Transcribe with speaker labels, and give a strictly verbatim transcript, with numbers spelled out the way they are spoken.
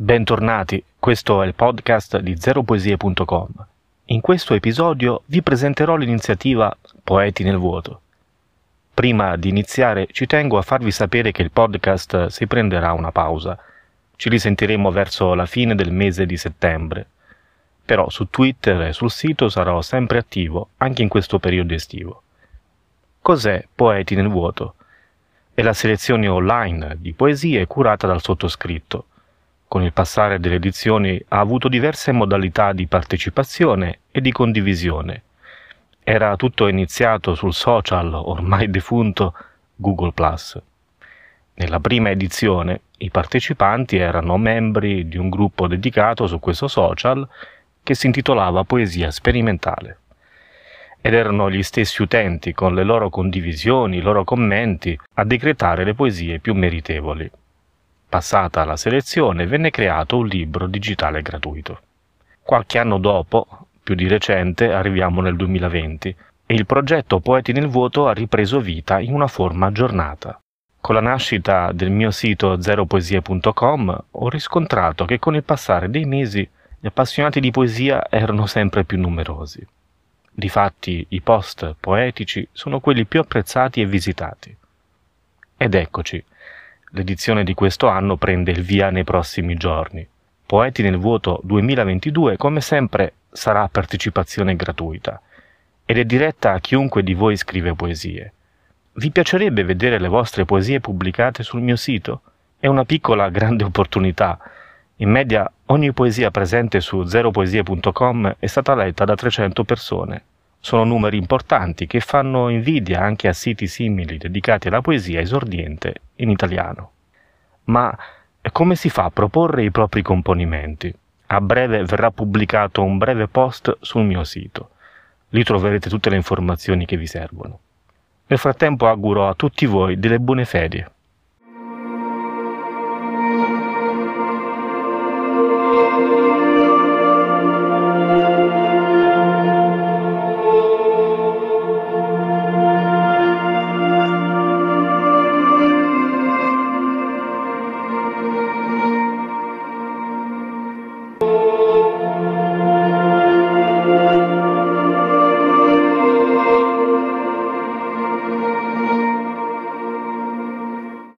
Speaker 1: Bentornati, questo è il podcast di zero poesie punto com. In questo episodio vi presenterò l'iniziativa Poeti nel vuoto. Prima di iniziare ci tengo a farvi sapere che il podcast si prenderà una pausa. Ci risentiremo verso la fine del mese di settembre. Però su Twitter e sul sito sarò sempre attivo anche in questo periodo estivo. Cos'è Poeti nel vuoto? È la selezione online di poesie curata dal sottoscritto. Con il passare delle edizioni ha avuto diverse modalità di partecipazione e di condivisione. Era tutto iniziato sul social ormai defunto Google plus. Nella prima edizione i partecipanti erano membri di un gruppo dedicato su questo social che si intitolava Poesia Sperimentale. Ed erano gli stessi utenti, con le loro condivisioni, i loro commenti, a decretare le poesie più meritevoli. Passata la selezione, venne creato un libro digitale gratuito. Qualche anno dopo, più di recente, arriviamo nel duemilaventi, e il progetto Poeti nel vuoto ha ripreso vita in una forma aggiornata. Con la nascita del mio sito zero poesie punto com ho riscontrato che con il passare dei mesi gli appassionati di poesia erano sempre più numerosi. Difatti i post poetici sono quelli più apprezzati e visitati. Ed eccoci. L'edizione di questo anno prende il via nei prossimi giorni. Poeti nel vuoto duemilaventidue, come sempre, sarà a partecipazione gratuita ed è diretta a chiunque di voi scrive poesie. Vi piacerebbe vedere le vostre poesie pubblicate sul mio sito? È una piccola grande opportunità. In media ogni poesia presente su zero poesie punto com è stata letta da trecento persone. Sono numeri importanti che fanno invidia anche a siti simili dedicati alla poesia esordiente in italiano. Ma come si fa a proporre i propri componimenti? A breve verrà pubblicato un breve post sul mio sito. Lì troverete tutte le informazioni che vi servono. Nel frattempo auguro a tutti voi delle buone ferie.